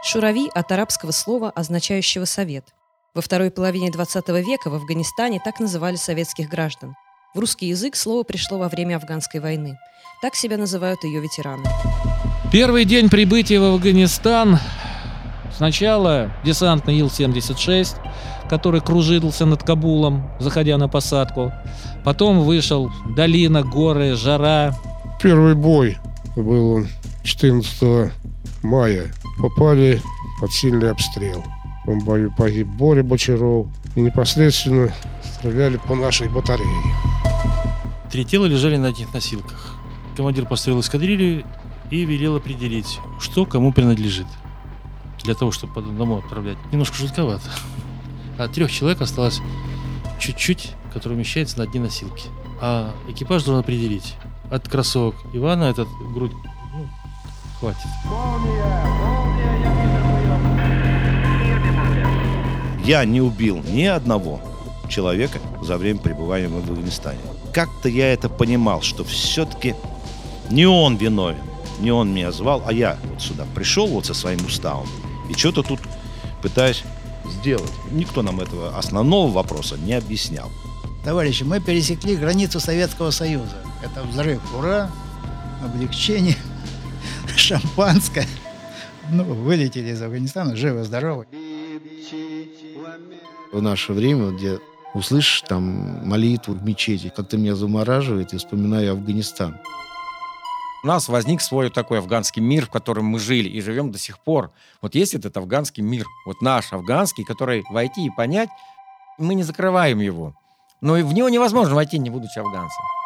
Шурави от арабского слова, означающего «совет». Во второй половине XX века в Афганистане так называли советских граждан. В русский язык слово пришло во время Афганской войны. Так себя называют ее ветераны. Первый день прибытия в Афганистан. Сначала десантный Ил-76, который кружился над Кабулом, заходя на посадку. Потом вышел долина, горы, жара. Первый бой был он 14 мая. Попали под сильный обстрел. В том бою погиб Боря Бочаров. И непосредственно стреляли по нашей батарее. 3 тела лежали на одних носилках. Командир построил эскадрилью и велел определить, что кому принадлежит. Для того, чтобы домой отправлять. Немножко жутковато. А 3 человек осталось чуть-чуть, который умещается на одни носилки. А экипаж должен определить. От кроссовок Ивана этот грудь хватит. Я не убил ни одного человека за время пребывания в Афганистане. Как-то я это понимал, что все-таки не он виновен, не он меня звал, а я вот сюда пришел вот со своим уставом и что-то тут пытаюсь сделать. Никто нам этого основного вопроса не объяснял. Товарищи, мы пересекли границу Советского Союза. Это взрыв, ура, облегчение, шампанское. Вылетели из Афганистана, живы-здоровы. В наше время, где услышишь там молитву в мечети, как-то меня замораживает и вспоминаю Афганистан. У нас возник свой такой афганский мир, в котором мы жили и живем до сих пор. Вот есть этот афганский мир, вот наш афганский, который войти и понять, мы не закрываем его. Но и в него невозможно войти, не будучи афганцем.